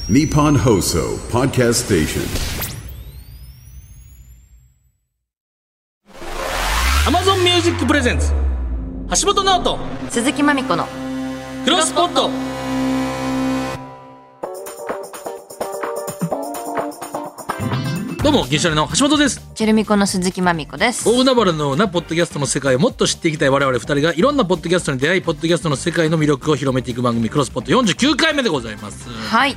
Nippon Hoso Podcast Station. Amazon Music Presents 橋本直人鈴木まみこのクロスポット。どうも銀シャリの橋本です。 チェルミコの鈴木まみこです。 大海原のようなポッドキャストの世界をもっと知っていきたい我々2人がいろんなポッドキャストに出会い、ポッドキャストの世界の魅力を広めていく番組クロスポット49回目でございます。 はい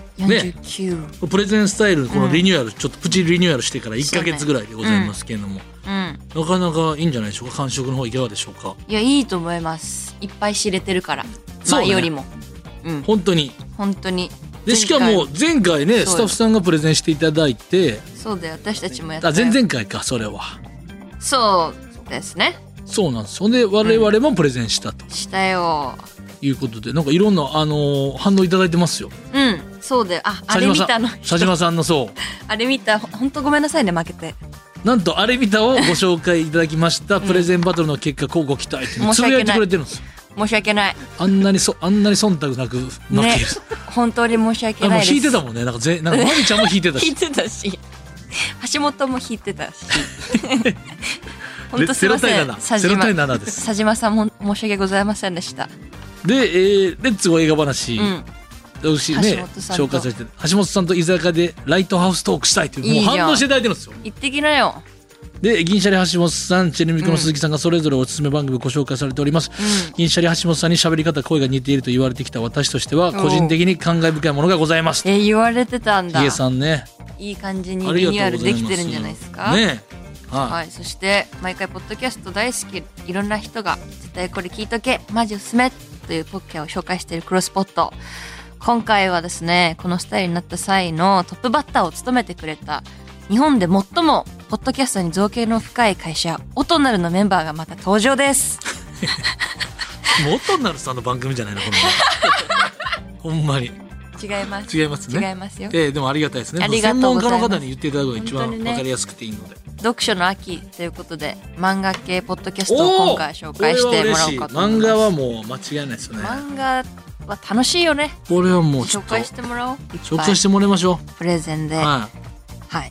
49、 プレゼンスタイルこのリニューアル、ちょっとプチリニューアルしてから1ヶ月ぐらいでございますけれども、なかなかいいんじゃないでしょうか。感触の方いかがでしょうか。 いや、いいと思います。いっぱい知れてるから前よりも、 本当にで、しかも前回ねスタッフさんがプレゼンしていただいて、 そうだよ、私たちもやったよ。 前々回か、それはそうですね。 そうなんです。ほんで我々もプレゼンしたと、 したよいうことで、なんかいろんな反応いただいてますよ。 そうだよ。あれ見たの佐島さんのそうあれ見た、本当ごめんなさいね、負けて。 なんとあれ見たをご紹介いただきましたプレゼンバトルの結果、こうご期待ってつぶやいてくれてるんですよ。 申し訳ない。 あんなに忖度なく負ける、 本当に申し訳ないです。 弾いてたもんね。なんかまみちゃんも弾いてたし弾いてたし、橋本も弾いてたし本当すいません。 0対7です。 佐島さんも申し訳ございませんでした。 で、レッツゴー映画話、私ね紹介されて、橋本さんと居酒屋でライトハウストークしたいっていう、もう反応していただいてるんですよ。 行ってきなよ。 で、銀シャリ橋本さん、チェルミコの鈴木さんがそれぞれおすすめ番組をご紹介されております。銀シャリ橋本さんに喋り方、声が似ていると言われてきた私としては個人的に感慨深いものがございます。 言われてたんだ。 ヒゲさんね、 いい感じにリニューアルできてるんじゃないですかね。 はい、そして毎回ポッドキャスト大好き、いろんな人が絶対これ聞いとけ、マジおすすめというポッキャを紹介しているクロスポット。今回はですね、このスタイルになった際のトップバッターを務めてくれた日本で最もポッドキャストに造形の深い会社オトナルのメンバーがまた登場ですオトナルさんの番組じゃないのこのほんまに違います。 違いますね。 違いますよ。 でもありがたいですね。 ありがとうございます。 専門家の方に言っていただくのが一番分かりやすくていいので、 読書の秋ということで漫画系ポッドキャストを今回紹介してもらおうかと思います。 漫画はもう間違いないですよね。 漫画は楽しいよね。 これはもうちょっと紹介してもらおう。 紹介してもらいましょう。 プレゼンで。はい。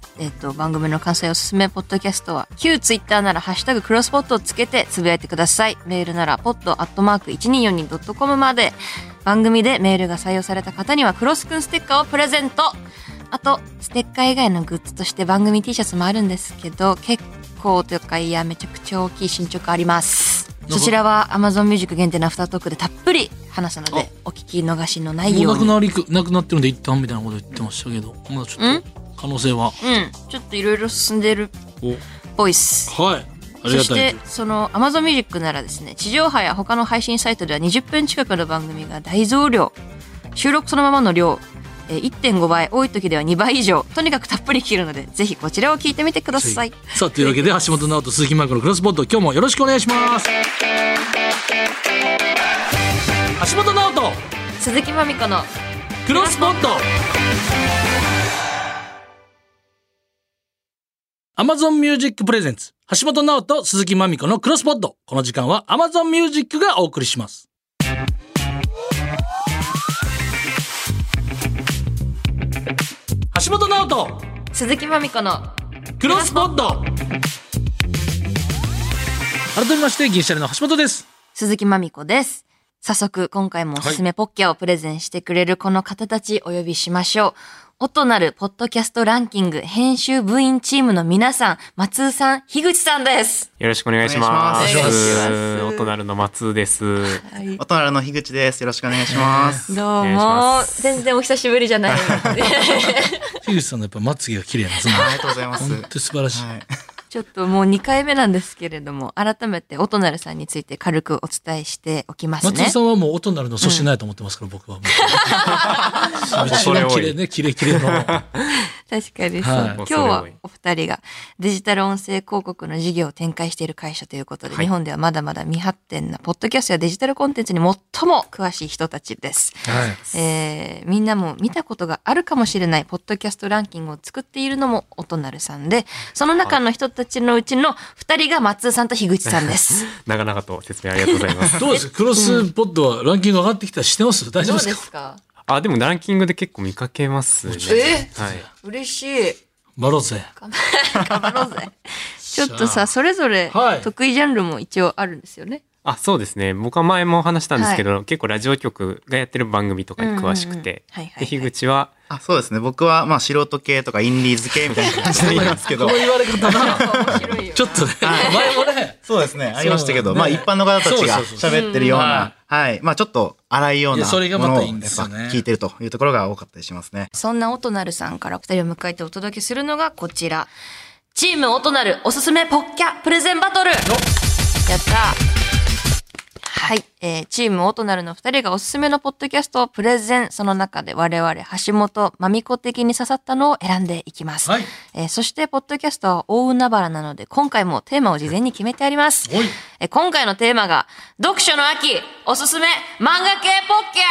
番組の感想やおすすめポッドキャストは旧ツイッターならハッシュタグクロスポットをつけてつぶやいてください。メールならpod@1242.com まで。番組でメールが採用された方にはクロスくんステッカーをプレゼント。あとステッカー以外のグッズとして番組 T シャツもあるんですけど、結構というか、いやめちゃくちゃ大きい進捗あります。そちらは Amazon Music 限定のアフタートークでたっぷり話すので、お聞き逃しのないように。 もうなくなってるんで一旦みたいなこと言ってましたけど、まだちょっと可能性はちょっといろいろ進んでるボイス。 はい、ありがたい。そしてその Amazon Music ならですね、地上波や他の配信サイトでは20分近くの番組が大増量、収録そのままの量 1.5 倍、多い時では2倍以上、とにかくたっぷり聞けるので、ぜひこちらを聞いてみてください。 さあ、というわけで橋本直人鈴木マイクのクロスポット、今日もよろしくお願いします。橋本直人鈴木まみこのクロスポット。Amazon Music Presents 橋本直人鈴木まみこのクロスポット。この時間は Amazon Music がお送りします。橋本直人鈴木まみこのクロスポット。改めまして銀シャリの橋本です。 鈴木まみこです。早速今回もおすすめポッキャをプレゼンしてくれるこの方たちお呼びしましょう。音なるポッドキャストランキング編集部員チームの皆さん、松尾さん、樋口さんです。 よろしくお願いします。音なるの松です。 音なるの樋口です。よろしくお願いします。 どうも。全然お久しぶりじゃない。 樋口さんのやっぱまつげが綺麗なんですね。 ありがとうございます。 本当に素晴らしい。 ちょっともう2回目なんですけれども、改めて音なるさんについて軽くお伝えしておきますね。 松井さんはもう音なるの粗品ないと思ってますから、僕はもう一番綺麗ね、綺麗の確かにそう、今日はお二人がデジタル音声広告の事業を展開している会社ということで、日本ではまだまだ未発展なポッドキャストやデジタルコンテンツに最も詳しい人たちです、みんなも見たことがあるかもしれないポッドキャストランキングを作っているのも音なるさんで、その中の人たちのうちの2人が松尾さんと樋口さんです長々と説明ありがとうございます。 どうですか、クロスポッドはランキング上がってきたりしてます？大丈夫ですか？ あ、でもランキングで結構見かけますね。はい。 嬉しい。 バロぜ。 頑張ろうぜ。ちょっとさ、それぞれはい得意ジャンルも一応あるんですよね。 あ、そうですね。僕は前も話したんですけど、結構ラジオ局がやってる番組とかに詳しくて、で樋口はそうですね。僕はまあ素人系とかインディーズ系みたいな感じで言いますけどこう言われ方な。 面白いよ。 ちょっとね、前もね。 そうですね。ありましたけど、まあ一般の方たちが喋ってるような、はい。まあちょっと荒いようなもそれがまたいいのをやっぱんですよね聞いてるというところが多かったりしますね。 そんなオトナルさんから二人を迎えてお届けするのがこちら。チームオトナルおすすめポッキャプレゼンバトル。やったはい。チームオトナルの二人がおすすめのポッドキャストをプレゼン。その中で我々橋本まみこ的に刺さったのを選んでいきます。 はい。 そしてポッドキャストは大海原なので今回もテーマを事前に決めてあります。 おい。 今回のテーマが読書の秋おすすめ漫画系ポッキ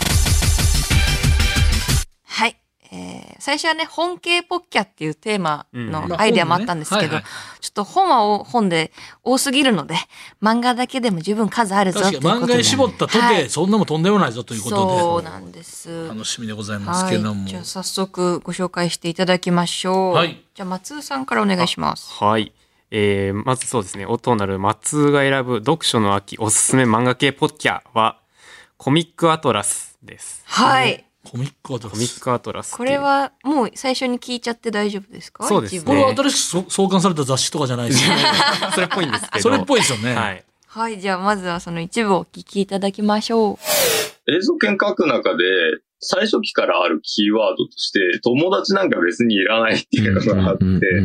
ャ。はい。最初はね、本系ポッキャっていうテーマのアイデアもあったんですけど、ちょっと本は本で多すぎるので、漫画だけでも十分数あるぞということで。 漫画に絞ったとて、そんなもんとんでもないぞということで。 そうなんです。 楽しみでございますけども。 じゃあ早速ご紹介していただきましょう。 はい。 じゃあ松尾さんからお願いします。 はい。まずそうですね、音なる松尾が選ぶ読書の秋おすすめ漫画系ポッキャはコミックアトラスです。 はい。 コミックアトラス。 コミックアトラス。 これはもう最初に聞いちゃって大丈夫ですか？ そうですね。 これは新しく創刊された雑誌とかじゃないですよね。 それっぽいんですけど。 それっぽいですよね。 はい。 はい、じゃあまずはその一部をお聞きいただきましょう。 映像研書く中で、最初期からあるキーワードとして、友達なんか別にいらないっていうのがあって、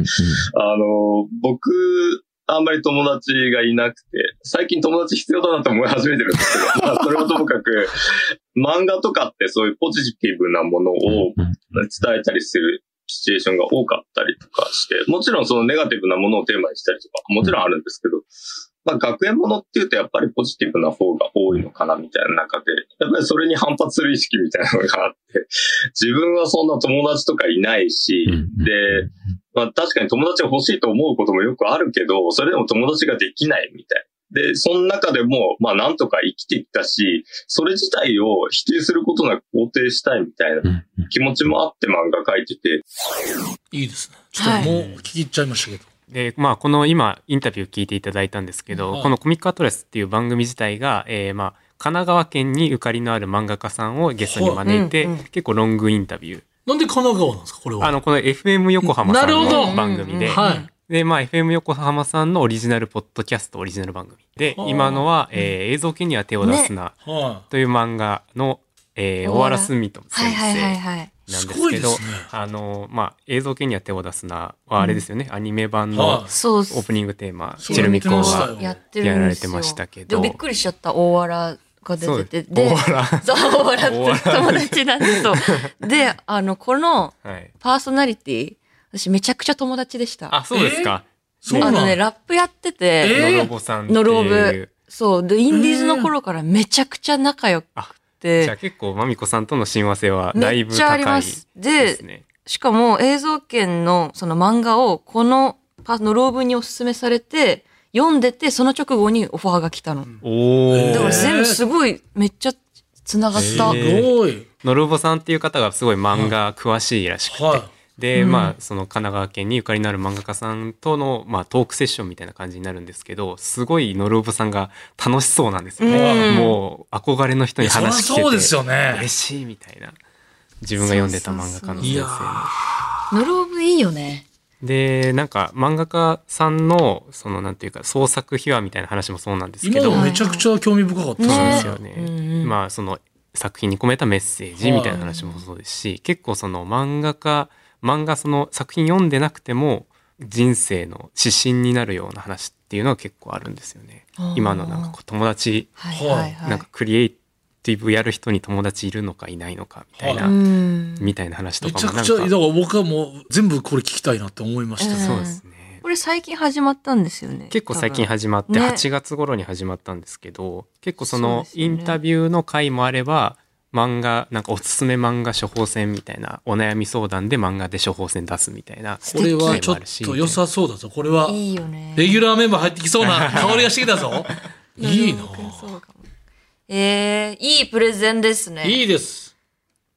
僕、あんまり友達がいなくて、最近友達必要だなと思い始めてるんですけど、まあそれはともかく、漫画とかってそういうポジティブなものを伝えたりするシチュエーションが多かったりとかして、もちろんそのネガティブなものをテーマにしたりとか、もちろんあるんですけど、まあ学園ものっていうとやっぱりポジティブな方が多いのかなみたいな中で、やっぱりそれに反発する意識みたいなのがあって、自分はそんな友達とかいないし、で、まあ確かに友達が欲しいと思うこともよくあるけど、それでも友達ができないみたい。で、その中でも、まあなんとか生きてきたし、それ自体を否定することなく肯定したいみたいな気持ちもあって漫画描いてて。 いいですね。ちょっともう聞き入っちゃいましたけど。 で、まあこの今インタビュー聞いていただいたんですけど、このコミックアトラスっていう番組自体が、まあ神奈川県にゆかりのある漫画家さんをゲストに招いて、結構ロングインタビュー。 なんで神奈川なんですかこれは。 この FM 横浜さんの番組で、 はい。 で、まあ FM 横浜さんのオリジナルポッドキャストオリジナル番組で、今のは、映像系には手を出すな、という漫画の、大原澄人先生なんですけど、まあ映像系には手を出すなはあれですよね、アニメ版のオープニングテーマ、チェルミコがやられてましたけど、 びっくりしちゃった大原が出てて、で、大原って友達なんですよ。で、このパーソナリティ、私めちゃくちゃ友達でした。 あ、そうですか。 ラップやってて、 ノロボさんっていう。 ノロブ。そう。で、インディーズの頃からめちゃくちゃ仲良くて。 じゃあ結構、まみこさんとの親和性はだいぶ高いですね。めっちゃあります。 で、しかも映像圏のその漫画をこのノロブにおすすめされて、読んでて、その直後にオファーが来たの。だから全部すごい、めっちゃ繋がった。すごい。 ノロボさんっていう方がすごい漫画詳しいらしくて。で、まあ、その神奈川県にゆかりのある漫画家さんとの、まあ、トークセッションみたいな感じになるんですけど、すごいノルオブさんが楽しそうなんですよね。もう、憧れの人に話聞けて、 そうですよね。 嬉しいみたいな。自分が読んでた漫画家の先生の。ノルオブいいよね。 で、なんか、漫画家さんの、その、なんていうか、創作秘話みたいな話もそうなんですけど。 今めちゃくちゃ興味深かったそうですよね。まあ、その、作品に込めたメッセージみたいな話もそうですし、結構その漫画その作品読んでなくても人生の指針になるような話っていうのは結構あるんですよね。今のなんか友達、なんかクリエイティブやる人に友達いるのかいないのかみたいな、みたいな話とかもなんか。 めちゃくちゃ、だから僕はもう全部これ聞きたいなって思いました。 そうですね。 これ最近始まったんですよね。 結構最近始まって8月頃に始まったんですけど、結構そのインタビューの回もあれば、漫画なんかおすすめ漫画処方箋みたいなお悩み相談で漫画で処方箋出すみたいな。 これはちょっと良さそうだぞ。これはレギュラーメンバー入ってきそうな香りがしてきたぞ。いいな。 いいプレゼンですね。 いいです。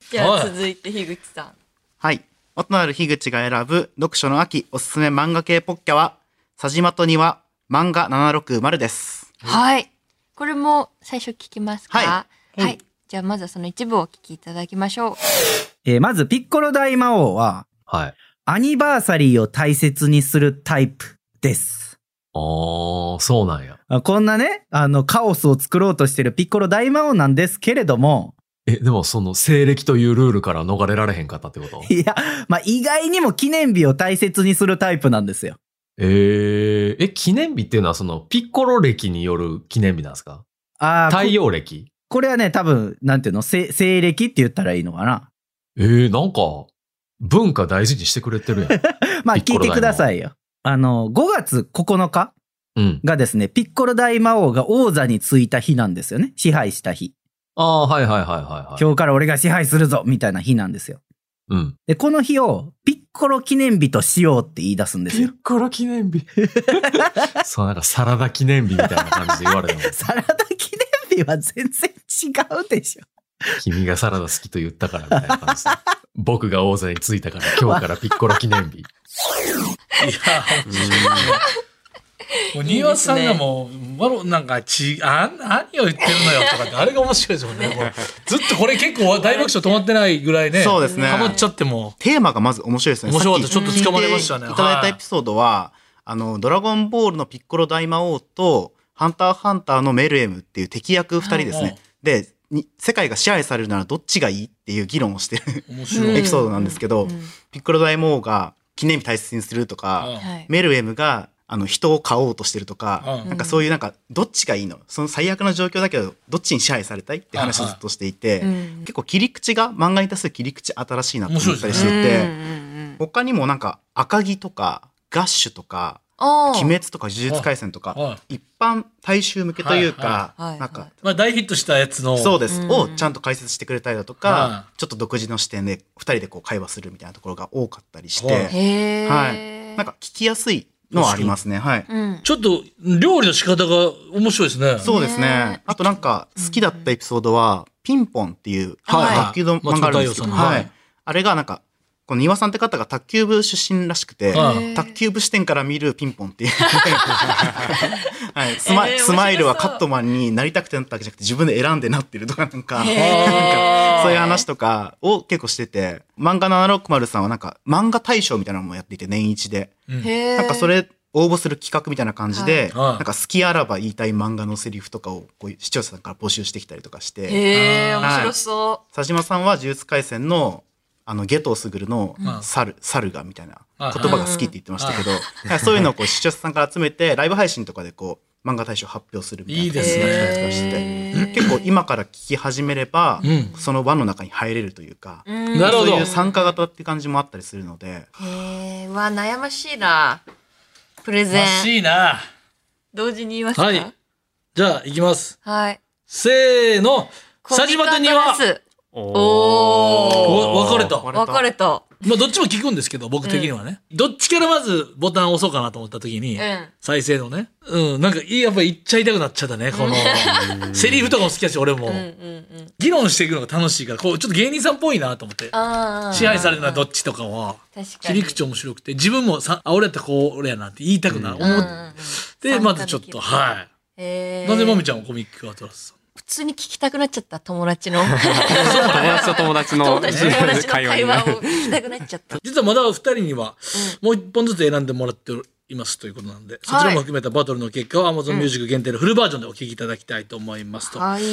じゃあ続いて樋口さん。 はい。音なる樋口が選ぶ読書の秋おすすめ漫画系ポッキャは、佐島と庭漫画760です。 はい。これも最初聞きますか？ はい。 はい。じゃあまずはその一部をお聞きいただきましょう。まずピッコロ大魔王は、はい。アニバーサリーを大切にするタイプです。 そうなんや。 こんなね、カオスを作ろうとしてるピッコロ大魔王なんですけれども。 でもその西暦というルールから逃れられへんかったってこと？ いや、意外にも記念日を大切にするタイプなんですよ。 記念日っていうのはそのピッコロ暦による記念日なんですか？太陽暦？ これはね、多分、なんていうの、西暦って言ったらいいのかな。 なんか、文化大事にしてくれてるやん。 聞いてくださいよ。5月9日がですね、ピッコロ大魔王が王座についた日なんですよね。支配した日。 はい。 今日から俺が支配するぞみたいな日なんですよ。 うん。 で、この日をピッコロ記念日としようって言い出すんですよ。 ピッコロ記念日。そう、なんかサラダ記念日みたいな感じで言われるの。 サラダ記念日は全然違うでしょ。 君がサラダ好きと言ったからみたいな感じで。僕が王座についたから今日からピッコロ記念日。いや、 もう庭さんがもうなんか何を言ってるのよとかってあれが面白いですもんね。もうずっとこれ結構大爆笑止まってないぐらいね。 そうですね。 ハマっちゃってもテーマがまず面白いですね。 面白かった。ちょっと掴まれましたね。 いただいたエピソードは、ドラゴンボールのピッコロ大魔王とハンターハンターのメルエムっていう敵役2人ですね。で世界が支配されるならどっちがいいっていう議論をしてるエピソードなんですけど、ピッコロ大魔王が記念日大切にするとか、メルエムが人を飼おうとしてるとか、なんかそういうなんかどっちがいいの、その最悪な状況だけどどっちに支配されたいって話をずっとしていて、結構切り口が漫画に対する切り口新しいなと思ったりしていて、他にもなんか赤城とかガッシュとか鬼滅とか呪術廻戦とか一般大衆向けというか、なんか大ヒットしたやつのそうですをちゃんと解説してくれたりだとか、ちょっと独自の視点で2人でこう会話するみたいなところが多かったりして、なんか聞きやすいのはありますね。はい。 ちょっと料理の仕方が面白いですね。 そうですね。あとなんか好きだったエピソードはピンポンっていう卓球の漫画あるんですけど、あれがなんかこの庭さんって方が卓球部出身らしくて、卓球部視点から見るピンポンっていう、はい、スマイルはカットマンになりたくてなったわけじゃなくて自分で選んでなってるとかなんかそういう話とかを結構してて、漫画760さんはなんか漫画大賞みたいなのもやっていて年一で、なんかそれ応募する企画みたいな感じで、なんか好きあらば言いたい漫画のセリフとかをこう視聴者さんから募集してきたりとかして、 面白そう。 佐島さんは呪術廻戦のゲトウスグルの猿がみたいな言葉が好きって言ってましたけど、そういうのをこう視聴者さんから集めてライブ配信とかでこう漫画大賞発表するみたいな感じでして結構今から聞き始めればその輪の中に入れるというか、そういう参加型って感じもあったりするので、 悩ましいな。プレゼンらしいな。 同時に言いますか？ はい。じゃあ行きます。 はい。 せーの。佐島と庭。分かれた。まあどっちも聞くんですけど僕的にはね、どっちからまずボタンを押そうかなと思った時に、再生のね、なんかやっぱ言っちゃいたくなっちゃったね。このセリフとかも好きだし俺も議論していくのが楽しいからこうちょっと芸人さんっぽいなと思って、支配されるのはどっちとかは切り口面白くて自分も俺やったらこれやなって言いたくなる思ってまずちょっとはい。なぜまみちゃんはコミックアトラスさん普通に聞きたくなっちゃった。友達の友達の会話を聞きたくなっちゃった。 実はまだ2人にはもう1本ずつ選んでもらっていますということなんで、そちらも含めたバトルの結果を Amazon Music 限定のフルバージョンでお聴きいただきたいと思いますと。 はい、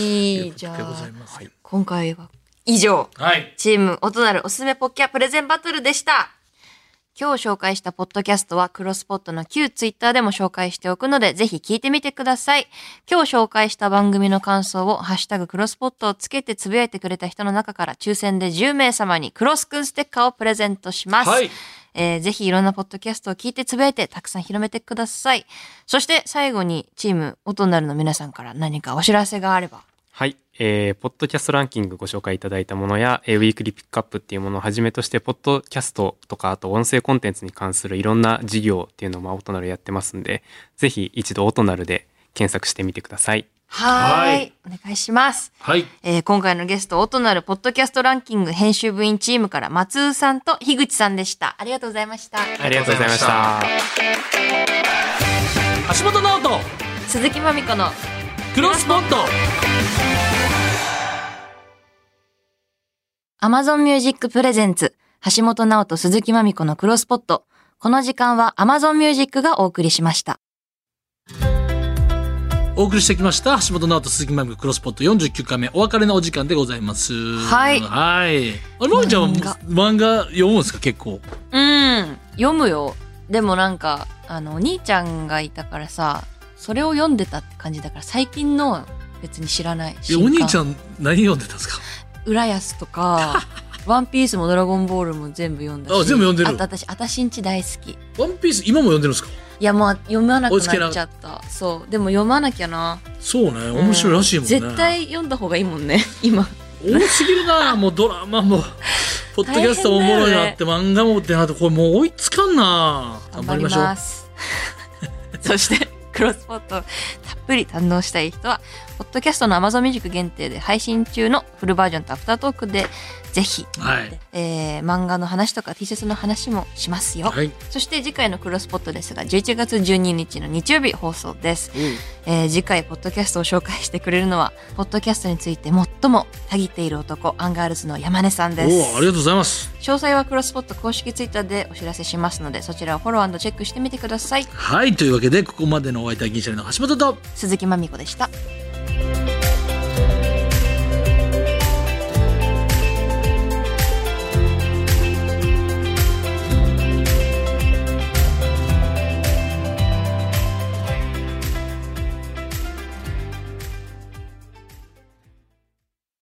じゃあ今回は以上、チーム音なるおすすめポッキャプレゼンバトルでした。今日紹介したポッドキャストはクロスポットの旧ツイッターでも紹介しておくのでぜひ聞いてみてください。今日紹介した番組の感想をハッシュタグクロスポットをつけてつぶやいてくれた人の中から抽選で10名様にクロスくんステッカーをプレゼントします。ぜひいろんなポッドキャストを聞いてつぶやいてたくさん広めてください。そして最後にチーム音なるの皆さんから何かお知らせがあれば。 はい、ポッドキャストランキングご紹介いただいたものや、ウィークリーピックアップっていうものをはじめとして、ポッドキャストとか、あと音声コンテンツに関するいろんな事業っていうのも音なるやってますんで、ぜひ一度音なるで検索してみてください。 はい。お願いします。 はい。 今回のゲスト、音なるポッドキャストランキング編集部員チームから松尾さんと樋口さんでした。ありがとうございました。 ありがとうございました。 橋本直人、 鈴木まみこのクロスポット。 Amazon Music Presents 橋本直人鈴木まみこのクロスポット。この時間は Amazon Music がお送りしました。 お送りしてきました橋本直人鈴木まみこクロスポット49回目お別れのお時間でございます。 はい。 はい。まみちゃんは漫画読むんですか結構。 読むよ。でもなんかお兄ちゃんがいたからさ、それを読んでたって感じだから最近の別に知らない。 お兄ちゃん何読んでたんですか？ 浦安とかワンピースもドラゴンボールも全部読んだし。 あ、全部読んでる。 私んち大好き。 ワンピース今も読んでるんですか？ いや、もう読まなくなっちゃった。そう。でも読まなきゃな。 そうね。面白いらしいもんね。 絶対読んだ方がいいもんね。今。 多すぎるな。もうドラマもポッドキャストもおもろいなって、漫画もってなとこれもう追いつかんな。 頑張ります。そしてクロスポットたっぷり堪能したい人はポッドキャストの Amazon Music 限定で配信中のフルバージョンとアフタートークでぜひ、漫画の話とか T シャツの話もしますよ、はい、そして次回のクロスポットですが11月12日の日曜日放送です、次回ポッドキャストを紹介してくれるのはポッドキャストについて最もたぎっている男アンガールズの山根さんです。 ありがとうございます。 詳細はクロスポット公式ツイッターでお知らせしますのでそちらをフォロー&チェックしてみてください。 はい、というわけでここまでのお相手は銀シャリの橋本と鈴木まみこでした。